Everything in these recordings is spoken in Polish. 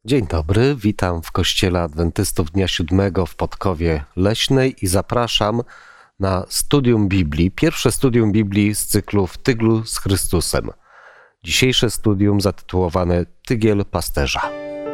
Dzień dobry, witam w Kościele Adwentystów Dnia Siódmego w Podkowie Leśnej i zapraszam na studium Biblii, pierwsze studium Biblii z cyklu W tyglu z Chrystusem. Dzisiejsze studium zatytułowane Tygiel pasterza.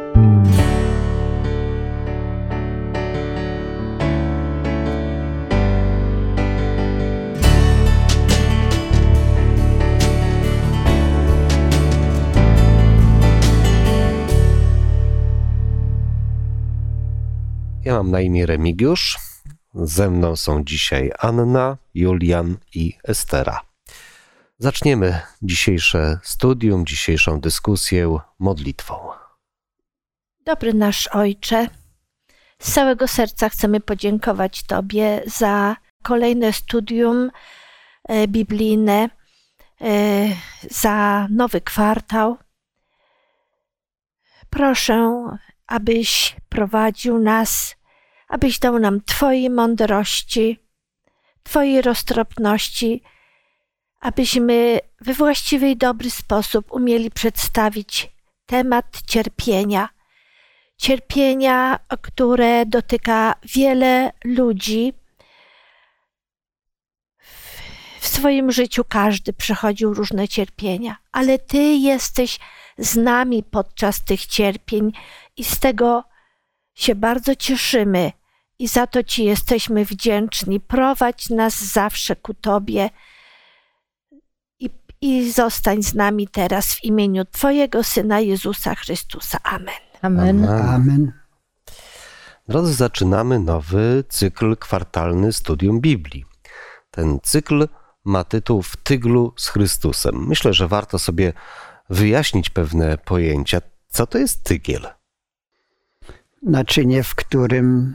Ja mam na imię Remigiusz, ze mną są dzisiaj Anna, Julian i Estera. Zaczniemy dzisiejsze studium, dzisiejszą dyskusję modlitwą. Dobry nasz Ojcze, z całego serca chcemy podziękować Tobie za kolejne studium biblijne, za nowy kwartał. Proszę, abyś prowadził nas, abyś dał nam Twojej mądrości, Twojej roztropności, abyśmy we właściwy i dobry sposób umieli przedstawić temat cierpienia. Cierpienia, które dotyka wiele ludzi. W swoim życiu każdy przechodził różne cierpienia, ale Ty jesteś z nami podczas tych cierpień i z tego się bardzo cieszymy i za to Ci jesteśmy wdzięczni. Prowadź nas zawsze ku Tobie i zostań z nami teraz w imieniu Twojego Syna Jezusa Chrystusa. Amen. Amen. Amen. Drodzy, zaczynamy nowy cykl kwartalny studium Biblii. Ten cykl ma tytuł W tyglu z Chrystusem. Myślę, że warto sobie wyjaśnić pewne pojęcia. Co to jest tygiel? Naczynie, w którym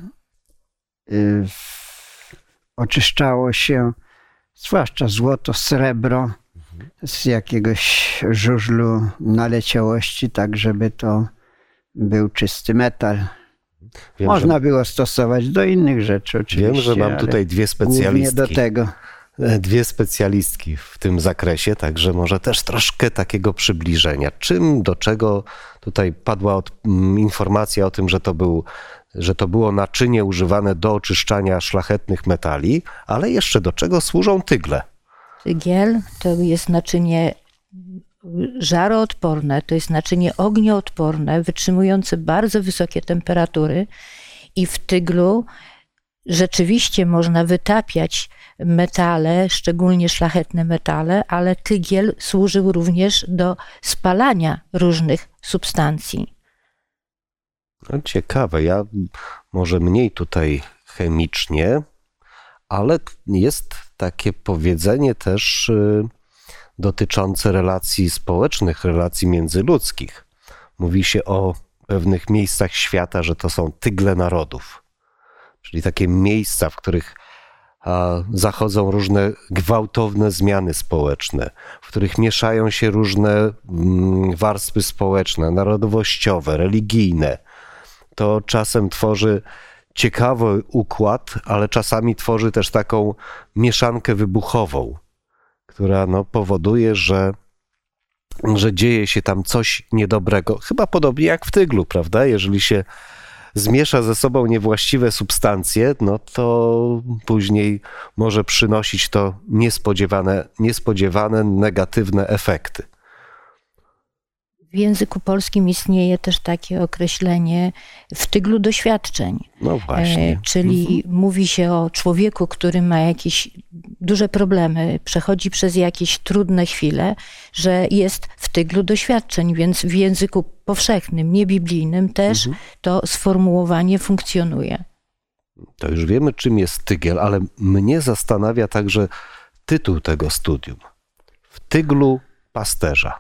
oczyszczało się zwłaszcza złoto, srebro z jakiegoś żużlu naleciałości, tak żeby to był czysty metal. Można było stosować do innych rzeczy oczywiście. Wiem, że mam tutaj dwie specjalistki. Do tego. Dwie specjalistki w tym zakresie, także może też troszkę takiego przybliżenia. Czym, do czego tutaj padła informacja o tym, że to było naczynie używane do oczyszczania szlachetnych metali, ale jeszcze do czego służą tygle? Tygiel to jest naczynie żaroodporne, to jest naczynie ognioodporne, wytrzymujące bardzo wysokie temperatury i w tyglu rzeczywiście można wytapiać metale, szczególnie szlachetne metale, ale tygiel służył również do spalania różnych substancji. No, ciekawe, ja może mniej tutaj chemicznie, ale jest takie powiedzenie też dotyczące relacji społecznych, relacji międzyludzkich. Mówi się o pewnych miejscach świata, że to są tygle narodów. Czyli takie miejsca, w których zachodzą różne gwałtowne zmiany społeczne, w których mieszają się różne warstwy społeczne, narodowościowe, religijne. To czasem tworzy ciekawy układ, ale czasami tworzy też taką mieszankę wybuchową, która powoduje, że dzieje się tam coś niedobrego. Chyba podobnie jak w tyglu, prawda? Jeżeli się zmiesza ze sobą niewłaściwe substancje, to później może przynosić to niespodziewane negatywne efekty. W języku polskim istnieje też takie określenie w tyglu doświadczeń. No właśnie. Czyli mówi się o człowieku, który ma jakieś duże problemy, przechodzi przez jakieś trudne chwile, że jest w tyglu doświadczeń, więc w języku powszechnym, niebiblijnym też to sformułowanie funkcjonuje. To już wiemy, czym jest tygiel, ale mnie zastanawia także tytuł tego studium. W tyglu pasterza.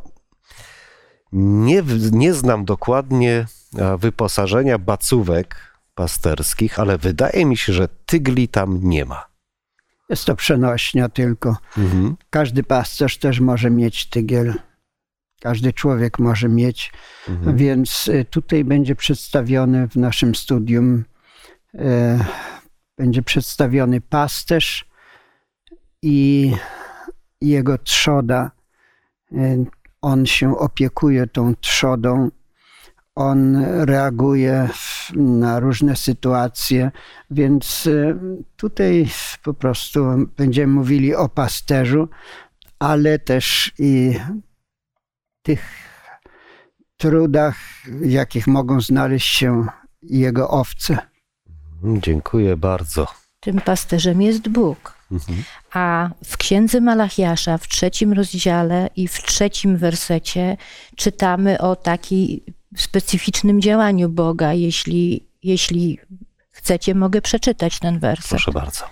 Nie znam dokładnie wyposażenia bacówek pasterskich, ale wydaje mi się, że tygli tam nie ma. Jest to przenośnia tylko. Każdy pasterz też może mieć tygiel. Każdy człowiek może mieć. Więc tutaj będzie przedstawiony w naszym studium będzie przedstawiony pasterz i jego trzoda. On się opiekuje tą trzodą. On reaguje na różne sytuacje, więc tutaj po prostu będziemy mówili o pasterzu, ale też i tych trudach, w jakich mogą znaleźć się jego owce. Dziękuję bardzo. Tym pasterzem jest Bóg. A w Księdze Malachiasza w 3 rozdziale i w 3 wersecie czytamy o takim specyficznym działaniu Boga. Jeśli chcecie, mogę przeczytać ten werset. Proszę bardzo.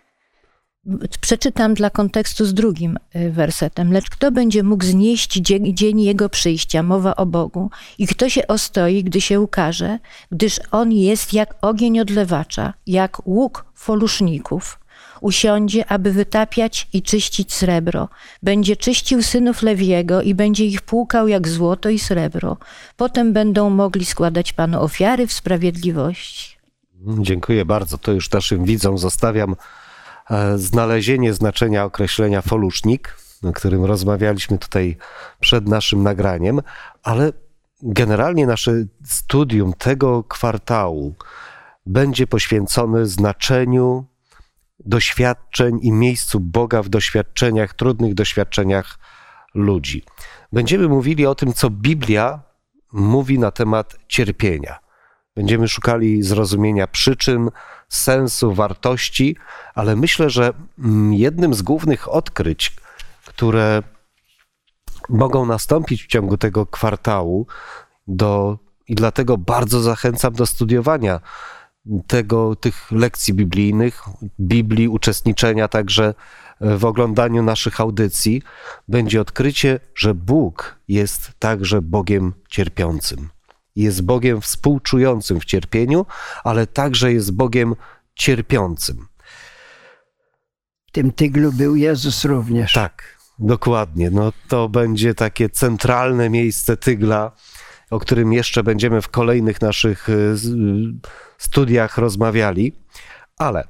Przeczytam dla kontekstu z 2 wersetem. Lecz kto będzie mógł znieść dzień Jego przyjścia, mowa o Bogu, i kto się ostoi, gdy się ukaże, gdyż On jest jak ogień odlewacza, jak łuk foluszników. Usiądzie, aby wytapiać i czyścić srebro. Będzie czyścił synów Lewiego i będzie ich płukał jak złoto i srebro. Potem będą mogli składać Panu ofiary w sprawiedliwości. Dziękuję bardzo. To już naszym widzom zostawiam znalezienie znaczenia określenia folusznik, o którym rozmawialiśmy tutaj przed naszym nagraniem, ale generalnie nasze studium tego kwartału będzie poświęcone znaczeniu doświadczeń i miejscu Boga w doświadczeniach, trudnych doświadczeniach ludzi. Będziemy mówili o tym, co Biblia mówi na temat cierpienia. Będziemy szukali zrozumienia przyczyn, sensu, wartości, ale myślę, że jednym z głównych odkryć, które mogą nastąpić w ciągu tego kwartału, i dlatego bardzo zachęcam do studiowania tych lekcji biblijnych, Biblii, uczestniczenia także w oglądaniu naszych audycji, będzie odkrycie, że Bóg jest także Bogiem cierpiącym. Jest Bogiem współczującym w cierpieniu, ale także jest Bogiem cierpiącym. W tym tyglu był Jezus również. Tak, dokładnie. No to będzie takie centralne miejsce tygla, o którym jeszcze będziemy w kolejnych naszych studiach rozmawiali, ale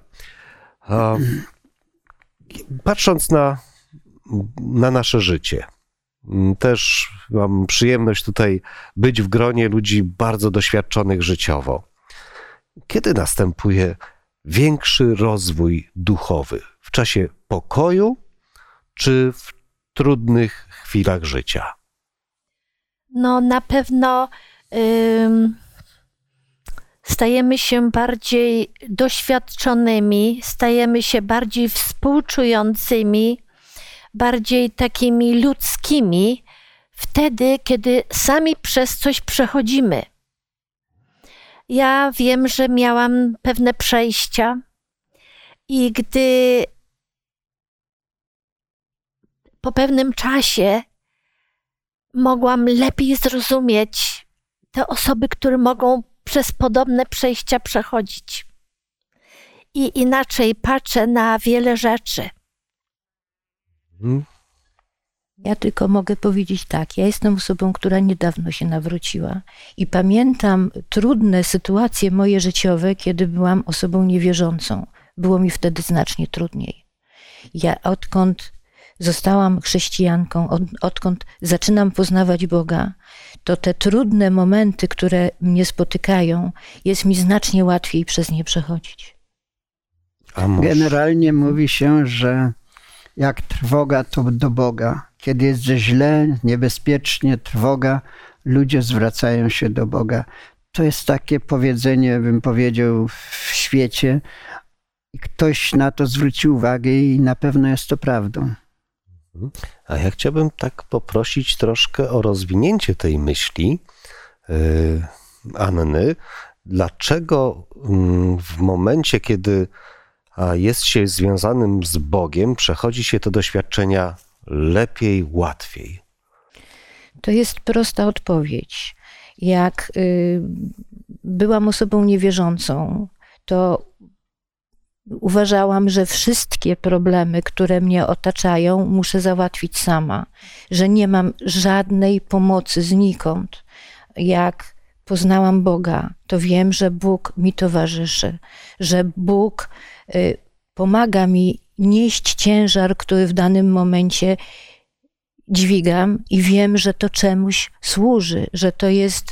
patrząc na nasze życie, też mam przyjemność tutaj być w gronie ludzi bardzo doświadczonych życiowo. Kiedy następuje większy rozwój duchowy? W czasie pokoju czy w trudnych chwilach życia? No na pewno stajemy się bardziej doświadczonymi, stajemy się bardziej współczującymi, bardziej takimi ludzkimi, wtedy, kiedy sami przez coś przechodzimy. Ja wiem, że miałam pewne przejścia i gdy po pewnym czasie mogłam lepiej zrozumieć te osoby, które mogą przez podobne przejścia przechodzić. I inaczej patrzę na wiele rzeczy. Ja tylko mogę powiedzieć tak, ja jestem osobą, która niedawno się nawróciła i pamiętam trudne sytuacje moje życiowe, kiedy byłam osobą niewierzącą. Było mi wtedy znacznie trudniej. Ja odkąd zostałam chrześcijanką, odkąd zaczynam poznawać Boga, to te trudne momenty, które mnie spotykają, jest mi znacznie łatwiej przez nie przechodzić. Generalnie mówi się, że jak trwoga, to do Boga. Kiedy jest źle, niebezpiecznie, trwoga, ludzie zwracają się do Boga. To jest takie powiedzenie, bym powiedział, w świecie. Ktoś na to zwróci uwagę i na pewno jest to prawdą. A ja chciałbym tak poprosić troszkę o rozwinięcie tej myśli Anny. Dlaczego w momencie, kiedy jest się związanym z Bogiem, przechodzi się te doświadczenia lepiej, łatwiej? To jest prosta odpowiedź. Jak byłam osobą niewierzącą, to uważałam, że wszystkie problemy, które mnie otaczają, muszę załatwić sama, że nie mam żadnej pomocy znikąd. Jak poznałam Boga, to wiem, że Bóg mi towarzyszy, że Bóg pomaga mi nieść ciężar, który w danym momencie dźwigam i wiem, że to czemuś służy, że to jest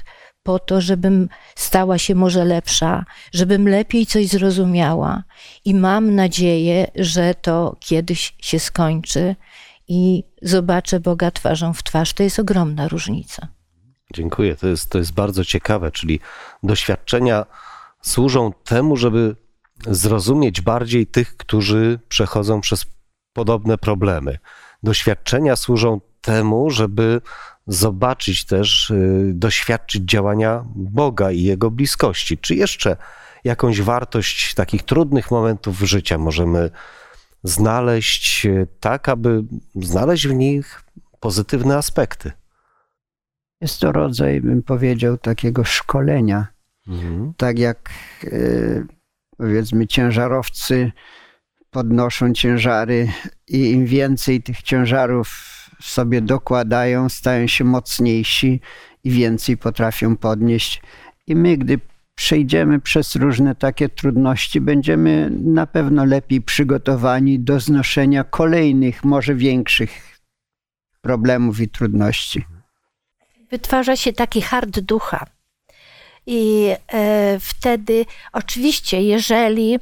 po to, żebym stała się może lepsza, żebym lepiej coś zrozumiała. I mam nadzieję, że to kiedyś się skończy i zobaczę Boga twarzą w twarz. To jest ogromna różnica. Dziękuję. To jest bardzo ciekawe, czyli doświadczenia służą temu, żeby zrozumieć bardziej tych, którzy przechodzą przez podobne problemy. Doświadczenia służą temu, żeby zobaczyć też, doświadczyć działania Boga i Jego bliskości. Czy jeszcze jakąś wartość takich trudnych momentów życia możemy znaleźć tak, aby znaleźć w nich pozytywne aspekty? Jest to rodzaj, bym powiedział, takiego szkolenia. Tak jak powiedzmy ciężarowcy podnoszą ciężary i im więcej tych ciężarów sobie dokładają, stają się mocniejsi i więcej potrafią podnieść. I my, gdy przejdziemy przez różne takie trudności, będziemy na pewno lepiej przygotowani do znoszenia kolejnych, może większych problemów i trudności. Wytwarza się taki hart ducha. I wtedy oczywiście, jeżeli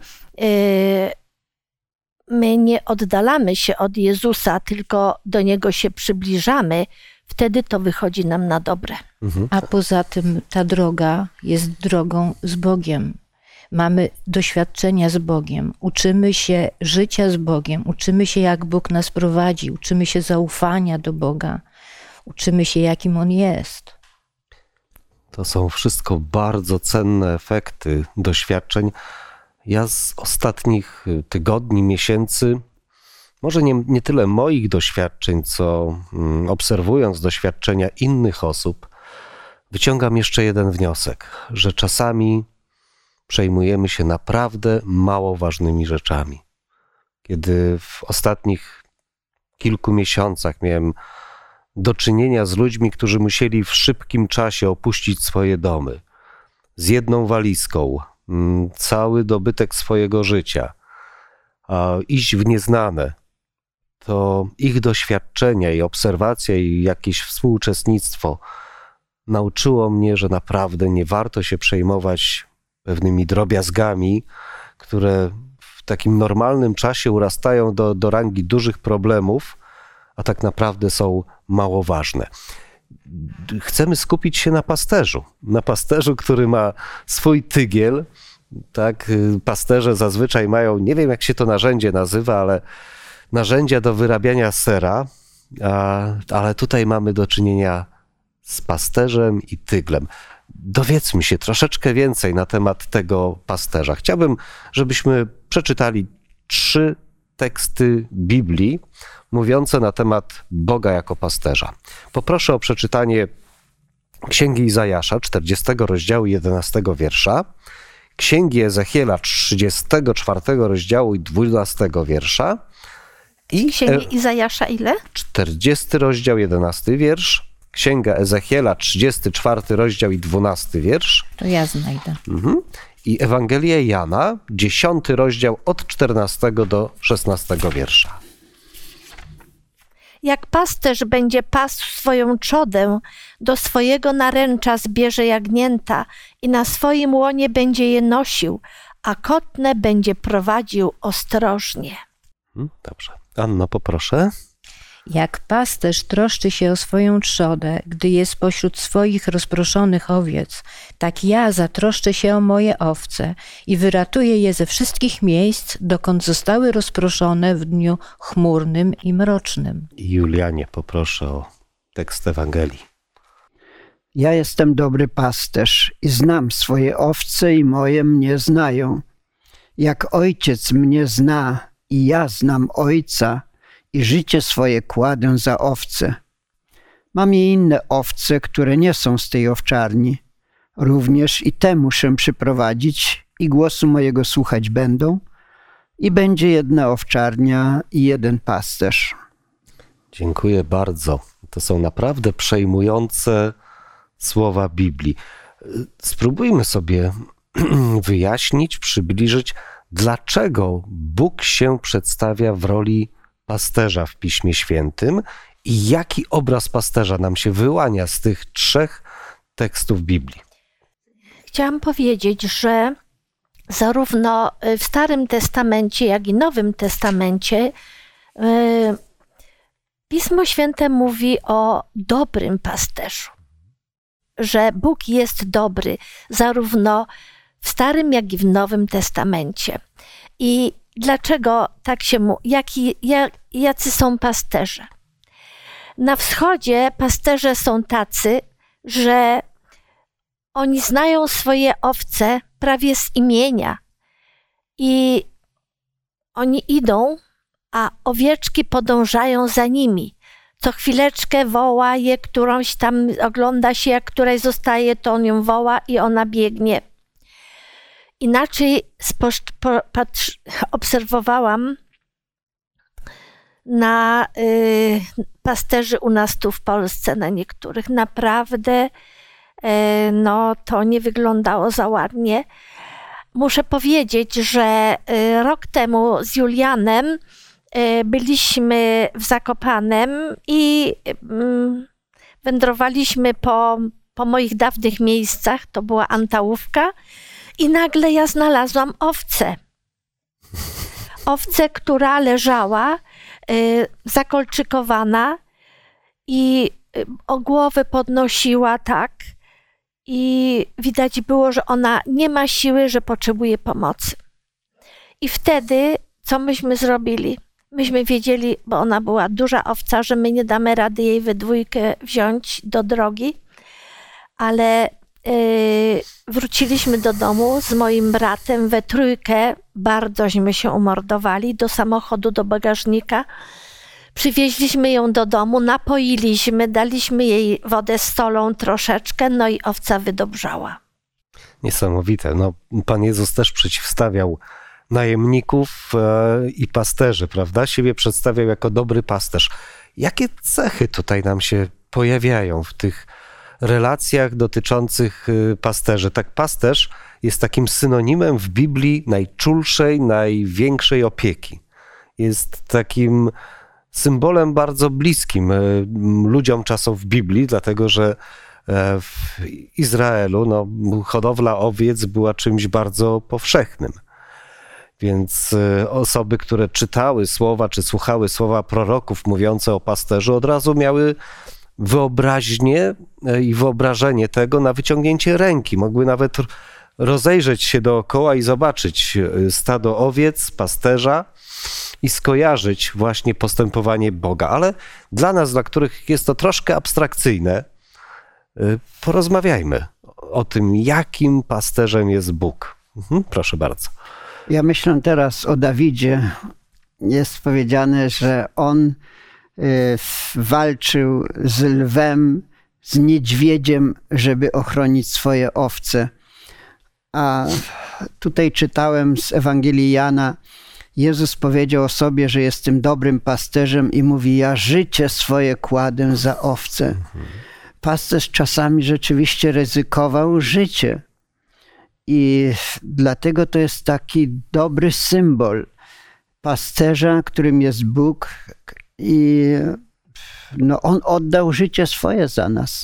my nie oddalamy się od Jezusa, tylko do Niego się przybliżamy, wtedy to wychodzi nam na dobre. A poza tym ta droga jest drogą z Bogiem. Mamy doświadczenia z Bogiem, uczymy się życia z Bogiem, uczymy się, jak Bóg nas prowadzi, uczymy się zaufania do Boga, uczymy się, jakim On jest. To są wszystko bardzo cenne efekty doświadczeń. Ja z ostatnich tygodni, miesięcy, może nie tyle moich doświadczeń, co obserwując doświadczenia innych osób, wyciągam jeszcze jeden wniosek, że czasami przejmujemy się naprawdę mało ważnymi rzeczami. Kiedy w ostatnich kilku miesiącach miałem do czynienia z ludźmi, którzy musieli w szybkim czasie opuścić swoje domy, z jedną walizką, cały dobytek swojego życia, a iść w nieznane, to ich doświadczenia i obserwacja i jakieś współuczestnictwo nauczyło mnie, że naprawdę nie warto się przejmować pewnymi drobiazgami, które w takim normalnym czasie urastają do rangi dużych problemów, a tak naprawdę są mało ważne. Chcemy skupić się na pasterzu, który ma swój tygiel. Tak, pasterze zazwyczaj mają, nie wiem jak się to narzędzie nazywa, ale narzędzia do wyrabiania sera, ale tutaj mamy do czynienia z pasterzem i tyglem. Dowiedzmy się troszeczkę więcej na temat tego pasterza. Chciałbym, żebyśmy przeczytali 3 teksty Biblii mówiące na temat Boga jako pasterza. Poproszę o przeczytanie Księgi Izajasza, 40 rozdziału 11 wiersza, Księgi Ezechiela, 34 rozdziału i 12 wiersza i Księgi Izajasza ile? 40 rozdział, 11 wiersz, Księga Ezechiela, 34 rozdział i 12 wiersz. To ja znajdę. I Ewangelię Jana, 10 rozdział od 14 do 16 wiersza. Jak pasterz będzie pasł swoją trzodę, do swojego naręcza zbierze jagnięta i na swoim łonie będzie je nosił, a kotne będzie prowadził ostrożnie. Dobrze. Anno, poproszę. Jak pasterz troszczy się o swoją trzodę, gdy jest pośród swoich rozproszonych owiec, tak ja zatroszczę się o moje owce i wyratuję je ze wszystkich miejsc, dokąd zostały rozproszone w dniu chmurnym i mrocznym. Julianie, poproszę o tekst Ewangelii. Ja jestem dobry pasterz i znam swoje owce i moje mnie znają. Jak ojciec mnie zna i ja znam ojca, i życie swoje kładę za owce. Mam i inne owce, które nie są z tej owczarni. Również i te muszę przyprowadzić i głosu mojego słuchać będą. I będzie jedna owczarnia i jeden pasterz. Dziękuję bardzo. To są naprawdę przejmujące słowa Biblii. Spróbujmy sobie wyjaśnić, przybliżyć, dlaczego Bóg się przedstawia w roli pasterza w Piśmie Świętym i jaki obraz pasterza nam się wyłania z tych 3 tekstów Biblii. Chciałam powiedzieć, że zarówno w Starym Testamencie, jak i Nowym Testamencie Pismo Święte mówi o dobrym pasterzu. Że Bóg jest dobry zarówno w Starym, jak i w Nowym Testamencie. I dlaczego tak się mówi? Jacy są pasterze? Na wschodzie pasterze są tacy, że oni znają swoje owce prawie z imienia i oni idą, a owieczki podążają za nimi. Co chwileczkę woła je którąś tam, ogląda się, jak któraś zostaje, to on ją woła i ona biegnie. Inaczej obserwowałam na pasterzy u nas tu w Polsce, na niektórych. Naprawdę to nie wyglądało za ładnie. Muszę powiedzieć, że rok temu z Julianem byliśmy w Zakopanem i wędrowaliśmy po moich dawnych miejscach, to była Antałówka, i nagle ja znalazłam owcę. Owcę, która leżała zakolczykowana i o głowę podnosiła tak i widać było, że ona nie ma siły, że potrzebuje pomocy. I wtedy co myśmy zrobili? Myśmy wiedzieli, bo ona była duża owca, że my nie damy rady jej we dwójkę wziąć do drogi, ale wróciliśmy do domu z moim bratem we trójkę, bardzośmy się umordowali, do samochodu, do bagażnika. Przywieźliśmy ją do domu, napoiliśmy, daliśmy jej wodę z solą troszeczkę, no i owca wydobrzała. Niesamowite. No, Pan Jezus też przeciwstawiał najemników i pasterzy, prawda? Siebie przedstawiał jako dobry pasterz. Jakie cechy tutaj nam się pojawiają w tych relacjach dotyczących pasterzy? Tak, pasterz jest takim synonimem w Biblii najczulszej, największej opieki. Jest takim symbolem bardzo bliskim ludziom czasów w Biblii, dlatego że w Izraelu hodowla owiec była czymś bardzo powszechnym. Więc osoby, które czytały słowa, czy słuchały słowa proroków mówiące o pasterzu, od razu miały wyobraźnię i wyobrażenie tego na wyciągnięcie ręki. Mogły nawet rozejrzeć się dookoła i zobaczyć stado owiec, pasterza i skojarzyć właśnie postępowanie Boga. Ale dla nas, dla których jest to troszkę abstrakcyjne, porozmawiajmy o tym, jakim pasterzem jest Bóg. Proszę bardzo. Ja myślę teraz o Dawidzie. Jest powiedziane, że on walczył z lwem, z niedźwiedziem, żeby ochronić swoje owce. A tutaj czytałem z Ewangelii Jana, Jezus powiedział o sobie, że jest tym dobrym pasterzem i mówi: ja życie swoje kładę za owce. Pasterz czasami rzeczywiście ryzykował życie. I dlatego to jest taki dobry symbol pasterza, którym jest Bóg, i on oddał życie swoje za nas.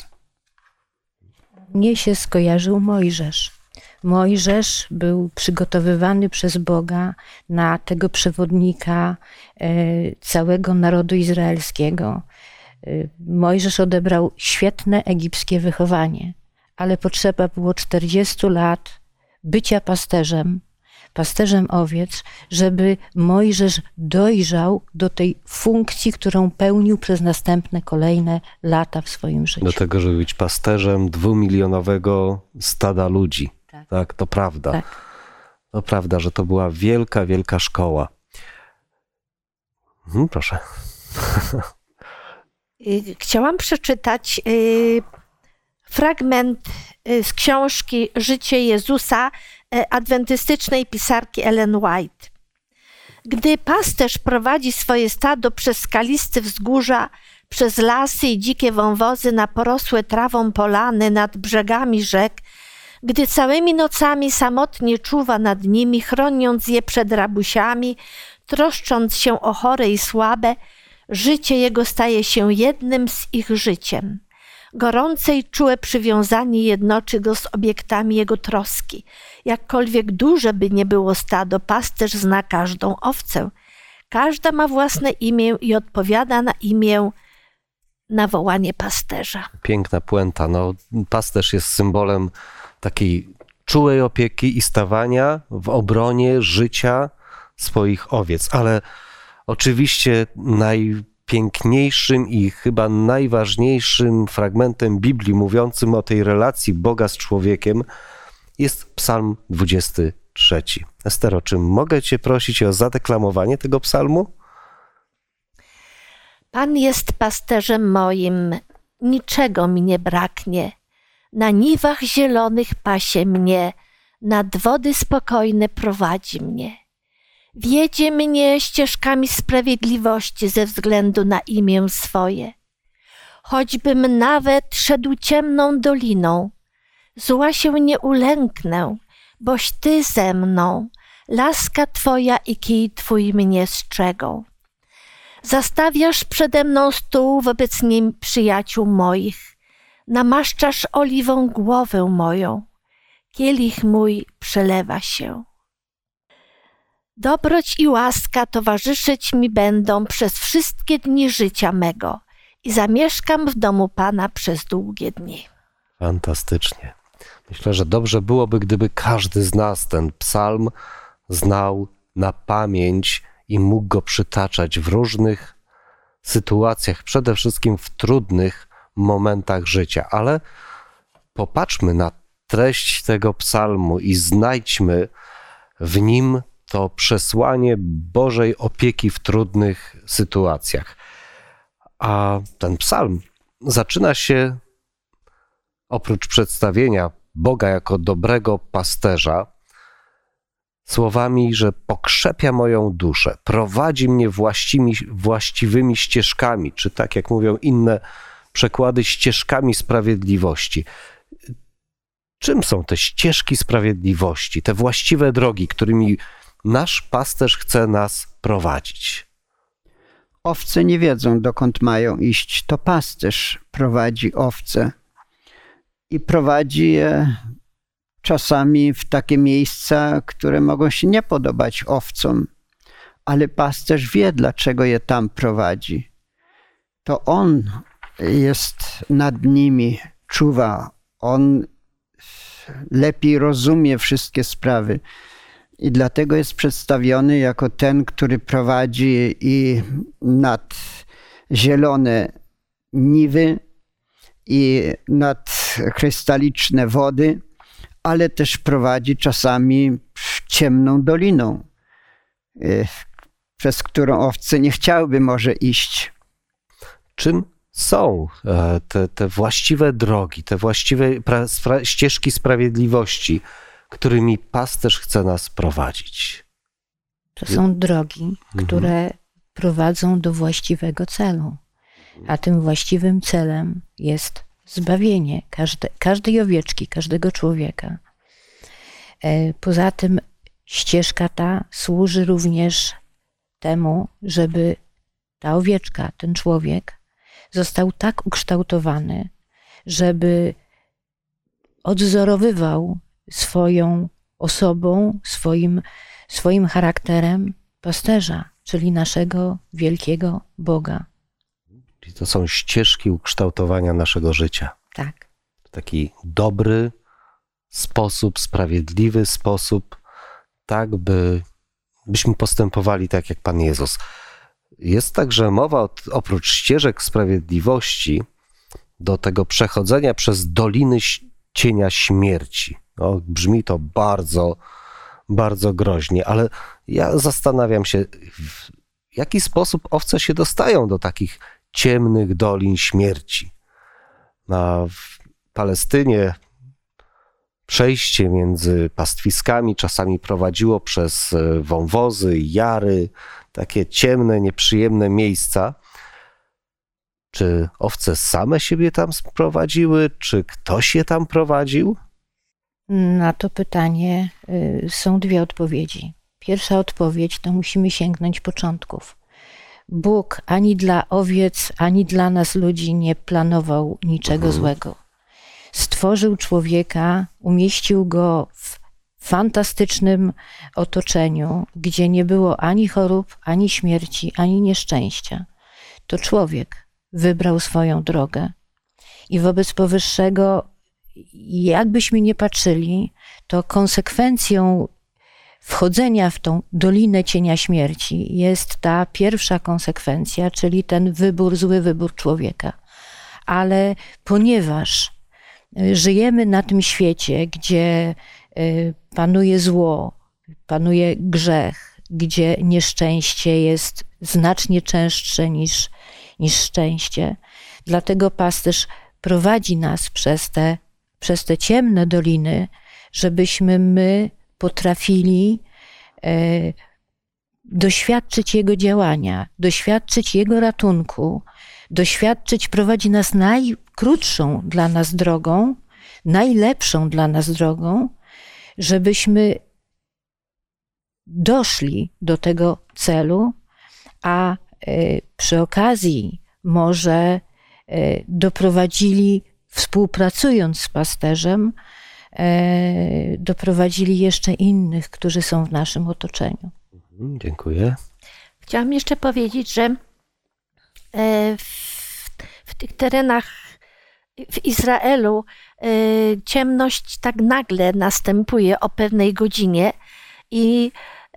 Mnie się skojarzył Mojżesz. Mojżesz był przygotowywany przez Boga na tego przewodnika całego narodu izraelskiego. Mojżesz odebrał świetne egipskie wychowanie, ale potrzeba było 40 lat bycia pasterzem owiec, żeby Mojżesz dojrzał do tej funkcji, którą pełnił przez następne, kolejne lata w swoim życiu. Do tego, żeby być pasterzem 2-milionowego stada ludzi. Tak, to prawda. Tak. To prawda, że to była wielka, wielka szkoła. Proszę. Chciałam przeczytać fragment z książki Życie Jezusa adwentystycznej pisarki Ellen White. Gdy pasterz prowadzi swoje stado przez skalisty wzgórza, przez lasy i dzikie wąwozy na porosłe trawą polany nad brzegami rzek, gdy całymi nocami samotnie czuwa nad nimi, chroniąc je przed rabusiami, troszcząc się o chore i słabe, życie jego staje się jednym z ich życiem. Gorące i czułe przywiązanie jednoczy go z obiektami jego troski. Jakkolwiek duże by nie było stado, pasterz zna każdą owcę. Każda ma własne imię i odpowiada na imię na wołanie pasterza. Piękna puenta. No, pasterz jest symbolem takiej czułej opieki i stawania w obronie życia swoich owiec. Ale oczywiście najpiękniejszym i chyba najważniejszym fragmentem Biblii mówiącym o tej relacji Boga z człowiekiem jest Psalm 23. Estero, czy mogę Cię prosić o zadeklamowanie tego psalmu? Pan jest pasterzem moim, niczego mi nie braknie. Na niwach zielonych pasie mnie, nad wody spokojne prowadzi mnie. Wiedzie mnie ścieżkami sprawiedliwości ze względu na imię swoje. Choćbym nawet szedł ciemną doliną, zła się nie ulęknę, boś Ty ze mną, laska Twoja i kij Twój mnie strzegą. Zastawiasz przede mną stół wobec przyjaciół moich, namaszczasz oliwą głowę moją, kielich mój przelewa się. Dobroć i łaska towarzyszyć mi będą przez wszystkie dni życia mego i zamieszkam w domu Pana przez długie dni. Fantastycznie. Myślę, że dobrze byłoby, gdyby każdy z nas ten psalm znał na pamięć i mógł go przytaczać w różnych sytuacjach, przede wszystkim w trudnych momentach życia. Ale popatrzmy na treść tego psalmu i znajdźmy w nim to przesłanie Bożej opieki w trudnych sytuacjach. A ten psalm zaczyna się, oprócz przedstawienia Boga jako dobrego pasterza, słowami, że pokrzepia moją duszę, prowadzi mnie właściwymi ścieżkami, czy tak jak mówią inne przekłady, ścieżkami sprawiedliwości. Czym są te ścieżki sprawiedliwości, te właściwe drogi, którymi nasz pasterz chce nas prowadzić? Owce nie wiedzą, dokąd mają iść. To pasterz prowadzi owce i prowadzi je czasami w takie miejsca, które mogą się nie podobać owcom, ale pasterz wie, dlaczego je tam prowadzi. To on jest nad nimi, czuwa, on lepiej rozumie wszystkie sprawy i dlatego jest przedstawiony jako ten, który prowadzi i nad zielone niwy i nad krystaliczne wody, ale też prowadzi czasami ciemną doliną, przez którą owce nie chciałyby może iść. Czym są te właściwe drogi, te właściwe ścieżki sprawiedliwości, którymi pasterz chce nas prowadzić? To są drogi, które prowadzą do właściwego celu, a tym właściwym celem jest zbawienie każdej owieczki, każdego człowieka. Poza tym ścieżka ta służy również temu, żeby ta owieczka, ten człowiek został tak ukształtowany, żeby odwzorowywał swoją osobą, swoim charakterem pasterza, czyli naszego wielkiego Boga. Czyli to są ścieżki ukształtowania naszego życia. Tak. W taki dobry sposób, sprawiedliwy sposób, tak byśmy postępowali tak jak Pan Jezus. Jest także mowa oprócz ścieżek sprawiedliwości do tego przechodzenia przez doliny cienia śmierci. No, brzmi to bardzo, bardzo groźnie, ale ja zastanawiam się, w jaki sposób owce się dostają do takich ciemnych dolin śmierci. W Palestynie przejście między pastwiskami czasami prowadziło przez wąwozy, jary, takie ciemne, nieprzyjemne miejsca. Czy owce same siebie tam sprowadziły? Czy ktoś je tam prowadził? Na to pytanie są dwie odpowiedzi. Pierwsza odpowiedź to musimy sięgnąć początków. Bóg ani dla owiec, ani dla nas ludzi nie planował niczego złego. Stworzył człowieka, umieścił go w fantastycznym otoczeniu, gdzie nie było ani chorób, ani śmierci, ani nieszczęścia. To człowiek wybrał swoją drogę. I wobec powyższego, jakbyśmy nie patrzyli, to konsekwencją wchodzenia w tą dolinę cienia śmierci jest ta pierwsza konsekwencja, czyli ten zły wybór człowieka. Ale ponieważ żyjemy na tym świecie, gdzie panuje zło, panuje grzech, gdzie nieszczęście jest znacznie częstsze niż szczęście, dlatego pasterz prowadzi nas przez te ciemne doliny, żebyśmy my potrafili doświadczyć Jego działania, doświadczyć Jego ratunku, prowadzi nas najkrótszą dla nas drogą, najlepszą dla nas drogą, żebyśmy doszli do tego celu, a przy okazji może doprowadzili, współpracując z pasterzem, doprowadzili jeszcze innych, którzy są w naszym otoczeniu. Dziękuję. Chciałam jeszcze powiedzieć, że w tych terenach w Izraelu ciemność tak nagle następuje o pewnej godzinie i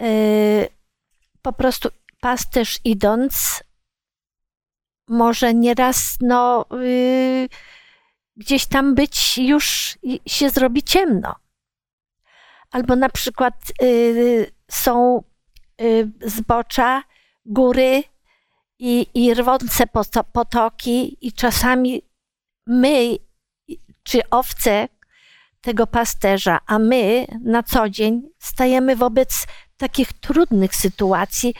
po prostu pasterz idąc może nieraz gdzieś tam być już się zrobi ciemno. Albo na przykład są zbocza, góry i rwące potoki i czasami my, czy owce tego pasterza, a my na co dzień stajemy wobec takich trudnych sytuacji,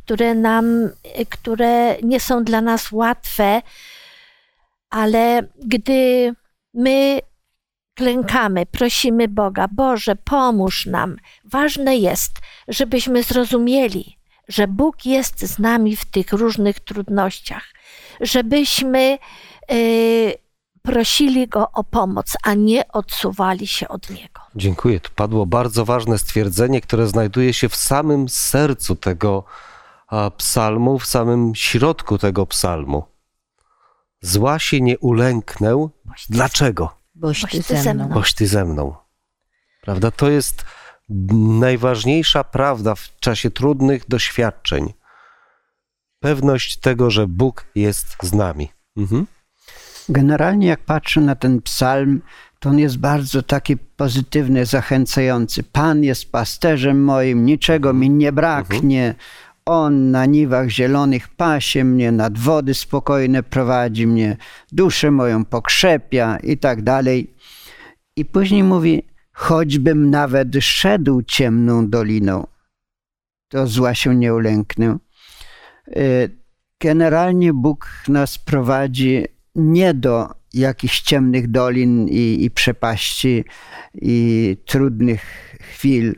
które nie są dla nas łatwe, ale gdy my klękamy, prosimy Boga, Boże, pomóż nam. Ważne jest, żebyśmy zrozumieli, że Bóg jest z nami w tych różnych trudnościach, żebyśmy prosili Go o pomoc, a nie odsuwali się od Niego. Dziękuję. Tu padło bardzo ważne stwierdzenie, które znajduje się w samym sercu tego psalmu, w samym środku tego psalmu. Zła się nie ulęknę. Dlaczego? Boś Ty ze mną. Boś Ty ze mną. Prawda? To jest najważniejsza prawda w czasie trudnych doświadczeń. Pewność tego, że Bóg jest z nami. Generalnie jak patrzę na ten psalm, to on jest bardzo taki pozytywny, zachęcający. Pan jest pasterzem moim, niczego mi nie braknie. On na niwach zielonych pasie mnie, nad wody spokojne prowadzi mnie, duszę moją pokrzepia i tak dalej. I później mówi, choćbym nawet szedł ciemną doliną, to zła się nie ulęknę. Generalnie Bóg nas prowadzi nie do jakichś ciemnych dolin i przepaści i trudnych chwil,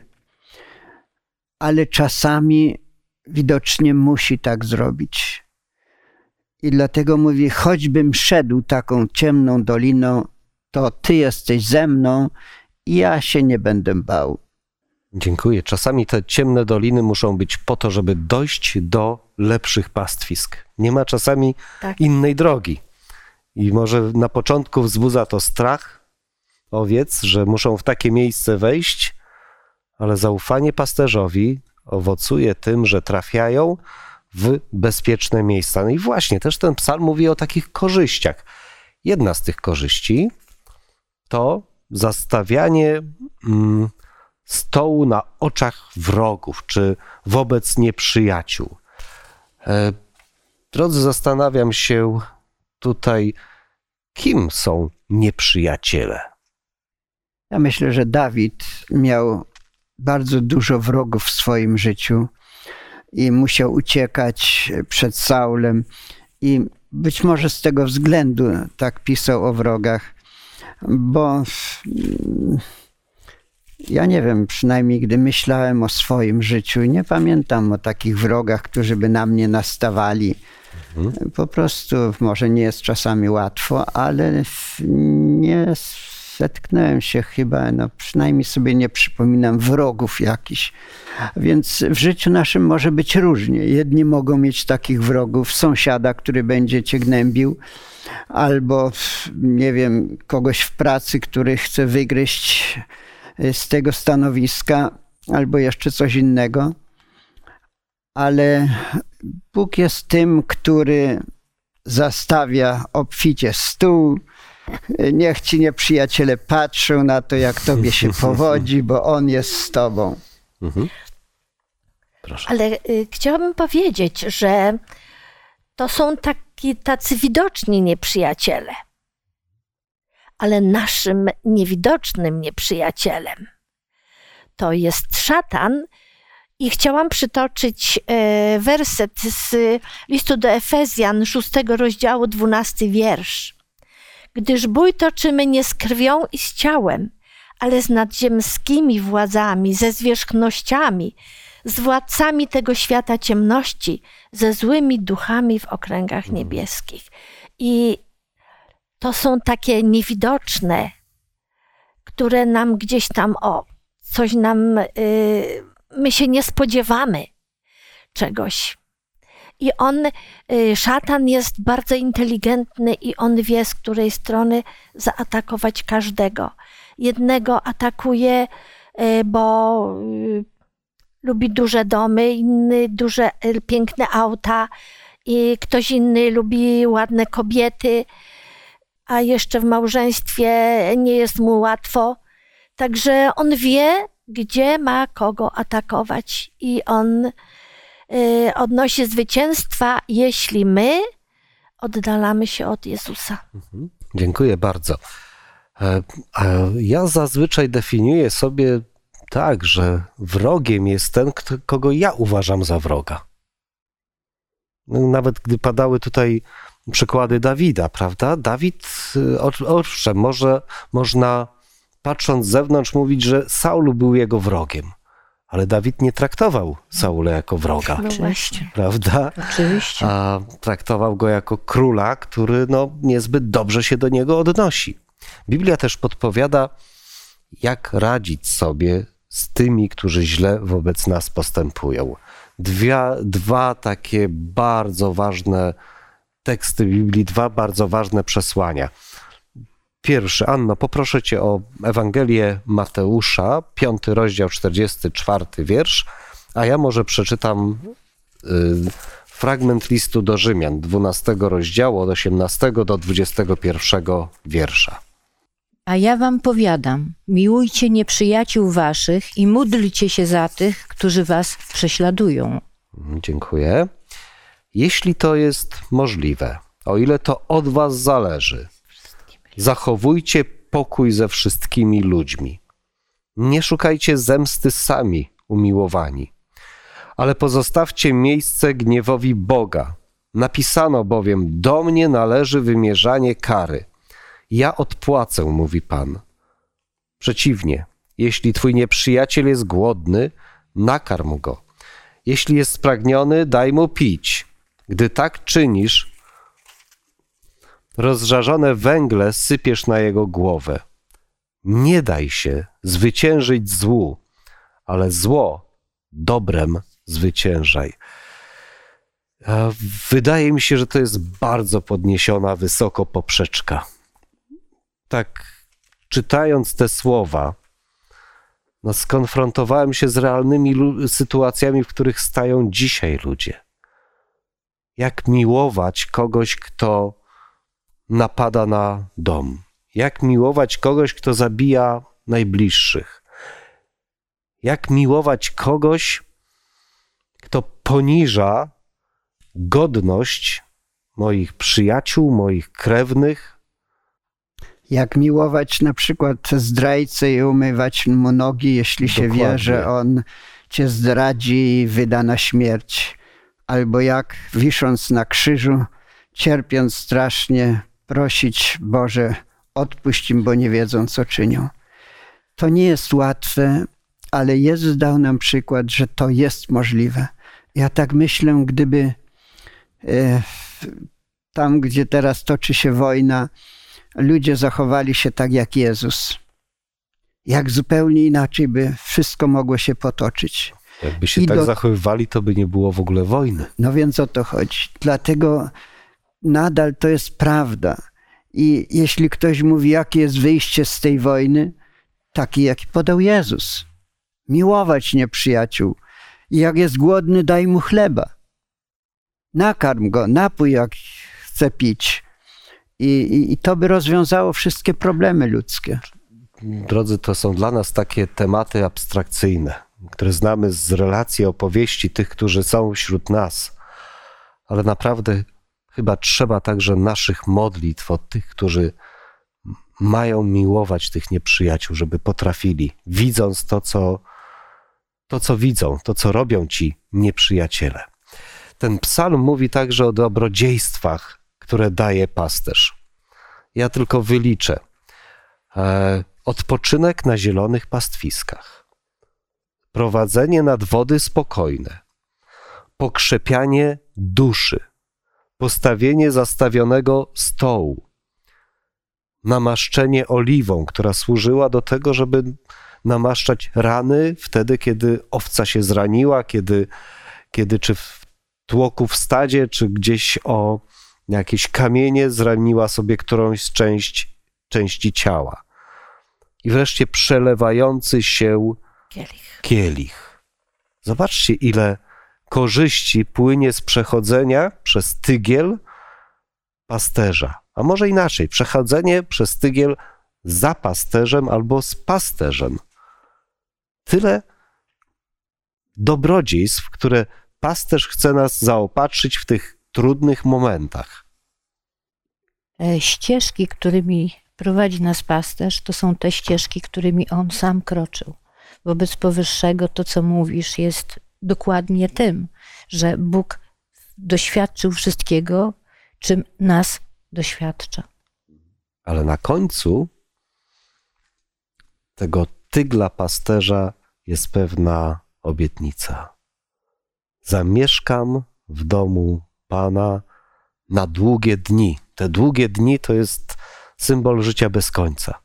ale czasami widocznie musi tak zrobić. I dlatego mówi, choćbym szedł taką ciemną doliną, to Ty jesteś ze mną i ja się nie będę bał. Dziękuję. Czasami te ciemne doliny muszą być po to, żeby dojść do lepszych pastwisk. Nie ma czasami innej drogi. I może na początku wzbudza to strach owiec, że muszą w takie miejsce wejść, ale zaufanie pasterzowi owocuje tym, że trafiają w bezpieczne miejsca. No i właśnie, też ten psalm mówi o takich korzyściach. Jedna z tych korzyści to zastawianie stołu na oczach wrogów, czy wobec nieprzyjaciół. Drodzy, zastanawiam się tutaj, kim są nieprzyjaciele. Ja myślę, że Dawid miał bardzo dużo wrogów w swoim życiu i musiał uciekać przed Saulem i być może z tego względu tak pisał o wrogach, bo Ja nie wiem, przynajmniej gdy myślałem o swoim życiu, nie pamiętam o takich wrogach, którzy by na mnie nastawali. Po prostu może nie jest czasami łatwo, ale nie zetknąłem się chyba, no przynajmniej sobie nie przypominam wrogów jakichś. Więc w życiu naszym może być różnie. Jedni mogą mieć takich wrogów, sąsiada, który będzie cię gnębił, albo nie wiem, kogoś w pracy, który chce wygryźć z tego stanowiska, albo jeszcze coś innego. Ale Bóg jest tym, który zastawia obficie stół. Niech ci nieprzyjaciele patrzą na to, jak tobie się powodzi, bo On jest z tobą. Proszę. Ale chciałabym powiedzieć, że to są tacy widoczni nieprzyjaciele. Ale naszym niewidocznym nieprzyjacielem to jest szatan. I chciałam przytoczyć werset z listu do Efezjan, 6 rozdziału, 12 wiersz. Gdyż bój toczymy nie z krwią i z ciałem, ale z nadziemskimi władzami, ze zwierzchnościami, z władcami tego świata ciemności, ze złymi duchami w okręgach niebieskich. I to są takie niewidoczne, które nam gdzieś tam, coś nam, my się nie spodziewamy czegoś. I szatan jest bardzo inteligentny i on wie, z której strony zaatakować każdego. Jednego atakuje, bo lubi duże domy, inny duże, piękne auta, i ktoś inny lubi ładne kobiety, a jeszcze w małżeństwie nie jest mu łatwo. Także on wie, gdzie ma kogo atakować i on odnosi zwycięstwa, jeśli my oddalamy się od Jezusa. Dziękuję bardzo. Ja zazwyczaj definiuję sobie tak, że wrogiem jest ten, kogo ja uważam za wroga. Nawet gdy padały tutaj przykłady Dawida, prawda? Dawid, owszem, można patrząc z zewnątrz mówić, że Saul był jego wrogiem. Ale Dawid nie traktował Saula jako wroga, Oczywiście. prawda? Oczywiście. A traktował go jako króla, który niezbyt dobrze się do niego odnosi. Biblia też podpowiada, jak radzić sobie z tymi, którzy źle wobec nas postępują. Dwa takie bardzo ważne teksty Biblii, dwa bardzo ważne przesłania. Pierwszy, Anno, poproszę cię o Ewangelię Mateusza, 5 rozdział, 44 wiersz, a ja może przeczytam fragment listu do Rzymian, 12 rozdziału, od 18 do 21 wiersza. A ja wam powiadam, miłujcie nieprzyjaciół waszych i módlcie się za tych, którzy was prześladują. Dziękuję. Jeśli to jest możliwe, o ile to od was zależy, zachowujcie pokój ze wszystkimi ludźmi. Nie szukajcie zemsty sami, umiłowani, ale pozostawcie miejsce gniewowi Boga. Napisano bowiem, do mnie należy wymierzanie kary. Ja odpłacę, mówi Pan. Przeciwnie, jeśli twój nieprzyjaciel jest głodny, nakarm go. Jeśli jest spragniony, daj mu pić. Gdy tak czynisz, rozżarzone węgle sypiesz na jego głowę. Nie daj się zwyciężyć złu, ale zło dobrem zwyciężaj. Wydaje mi się, że to jest bardzo podniesiona wysoko poprzeczka. Tak, czytając te słowa, skonfrontowałem się z realnymi sytuacjami, w których stają dzisiaj ludzie. Jak miłować kogoś, kto napada na dom? Jak miłować kogoś, kto zabija najbliższych? Jak miłować kogoś, kto poniża godność moich przyjaciół, moich krewnych? Jak miłować na przykład zdrajcę i umywać mu nogi, jeśli się wie, że on cię zdradzi i wyda na śmierć. Albo jak wisząc na krzyżu, cierpiąc strasznie, prosić: Boże, odpuść im, bo nie wiedzą, co czynią. To nie jest łatwe, ale Jezus dał nam przykład, że to jest możliwe. Ja tak myślę, gdyby tam, gdzie teraz toczy się wojna, ludzie zachowali się tak jak Jezus. Jak zupełnie inaczej by wszystko mogło się potoczyć. Jakby się tak zachowywali, to by nie było w ogóle wojny. No więc o to chodzi. Dlatego nadal to jest prawda. I jeśli ktoś mówi, jakie jest wyjście z tej wojny, taki, jaki podał Jezus. Miłować nieprzyjaciół. I jak jest głodny, daj mu chleba. Nakarm go, napój jak chce pić. I to by rozwiązało wszystkie problemy ludzkie. Drodzy, to są dla nas takie tematy abstrakcyjne, które znamy z relacji, opowieści tych, którzy są wśród nas. Ale naprawdę chyba trzeba także naszych modlitw od tych, którzy mają miłować tych nieprzyjaciół, żeby potrafili, widząc to, co widzą, to, co robią ci nieprzyjaciele. Ten psalm mówi także o dobrodziejstwach, które daje pasterz. Ja tylko wyliczę. Odpoczynek na zielonych pastwiskach, prowadzenie nad wody spokojne, pokrzepianie duszy, postawienie zastawionego stołu, namaszczenie oliwą, która służyła do tego, żeby namaszczać rany wtedy, kiedy owca się zraniła, kiedy czy w tłoku w stadzie, czy gdzieś o jakieś kamienie zraniła sobie którąś z części ciała. I wreszcie przelewający się kielich. Zobaczcie, ile korzyści płynie z przechodzenia przez tygiel pasterza. A może inaczej, przechodzenie przez tygiel za pasterzem albo z pasterzem. Tyle dobrodziejstw, które pasterz chce nas zaopatrzyć w tych trudnych momentach. Ścieżki, którymi prowadzi nas pasterz, to są te ścieżki, którymi on sam kroczył. Wobec powyższego to, co mówisz, jest dokładnie tym, że Bóg doświadczył wszystkiego, czym nas doświadcza. Ale na końcu tego tygla pasterza jest pewna obietnica. Zamieszkam w domu Pana na długie dni. Te długie dni to jest symbol życia bez końca.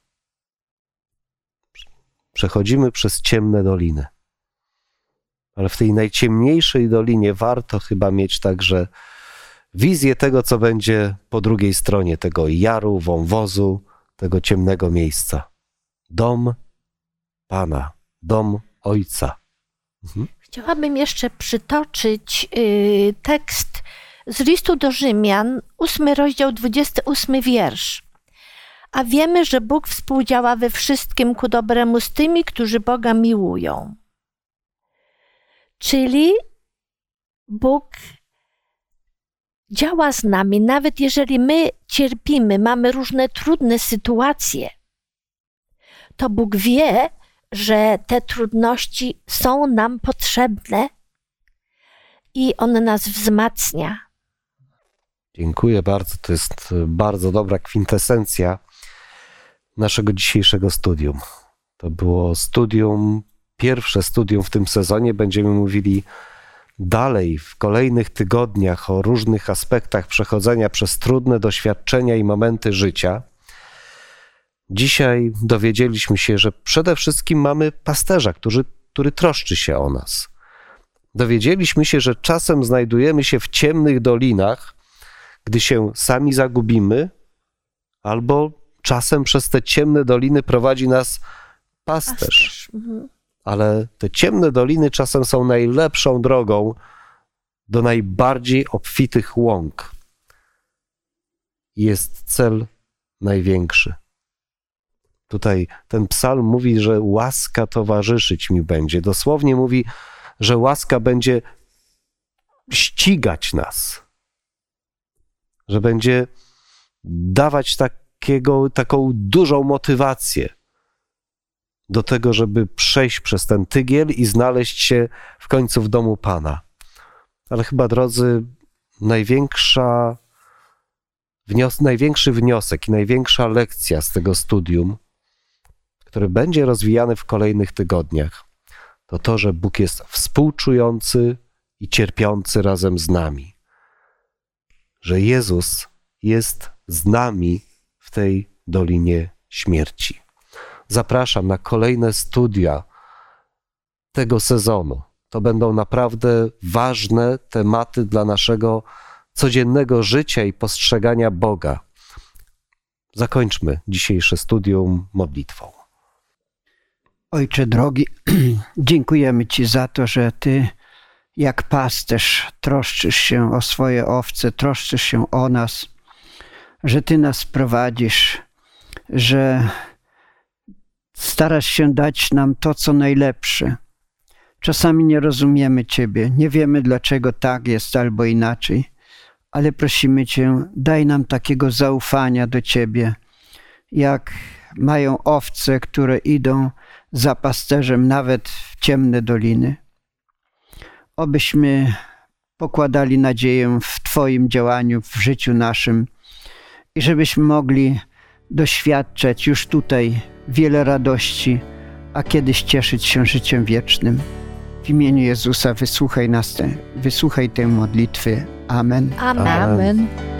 Przechodzimy przez ciemne doliny. Ale w tej najciemniejszej dolinie warto chyba mieć także wizję tego, co będzie po drugiej stronie tego jaru, wąwozu, tego ciemnego miejsca. Dom Pana, dom Ojca. Chciałabym jeszcze przytoczyć tekst z listu do Rzymian, 8 rozdział, 28 wiersz. A wiemy, że Bóg współdziała we wszystkim ku dobremu z tymi, którzy Boga miłują. Czyli Bóg działa z nami, nawet jeżeli my cierpimy, mamy różne trudne sytuacje, to Bóg wie, że te trudności są nam potrzebne i On nas wzmacnia. Dziękuję bardzo. To jest bardzo dobra kwintesencja naszego dzisiejszego studium. To było pierwsze studium w tym sezonie. Będziemy mówili dalej w kolejnych tygodniach o różnych aspektach przechodzenia przez trudne doświadczenia i momenty życia. Dzisiaj dowiedzieliśmy się, że przede wszystkim mamy pasterza, który troszczy się o nas. Dowiedzieliśmy się, że czasem znajdujemy się w ciemnych dolinach, gdy się sami zagubimy, albo czasem przez te ciemne doliny prowadzi nas pasterz. Ale te ciemne doliny czasem są najlepszą drogą do najbardziej obfitych łąk. Jest cel największy. Tutaj ten psalm mówi, że łaska towarzyszyć mi będzie. Dosłownie mówi, że łaska będzie ścigać nas. Że będzie dawać taką dużą motywację do tego, żeby przejść przez ten tygiel i znaleźć się w końcu w domu Pana. Ale chyba, drodzy, największy wniosek i największa lekcja z tego studium, który będzie rozwijany w kolejnych tygodniach, to to, że Bóg jest współczujący i cierpiący razem z nami. Że Jezus jest z nami w tej Dolinie Śmierci. Zapraszam na kolejne studia tego sezonu. To będą naprawdę ważne tematy dla naszego codziennego życia i postrzegania Boga. Zakończmy dzisiejsze studium modlitwą. Ojcze drogi, dziękujemy Ci za to, że Ty jak pasterz troszczysz się o swoje owce, troszczysz się o nas, że Ty nas prowadzisz, że starasz się dać nam to, co najlepsze. Czasami nie rozumiemy Ciebie, nie wiemy, dlaczego tak jest albo inaczej, ale prosimy Cię, daj nam takiego zaufania do Ciebie, jak mają owce, które idą za pasterzem nawet w ciemne doliny. Obyśmy pokładali nadzieję w Twoim działaniu w życiu naszym i żebyśmy mogli doświadczać już tutaj wiele radości, a kiedyś cieszyć się życiem wiecznym. W imieniu Jezusa wysłuchaj tę modlitwę. Amen. Amen. Amen.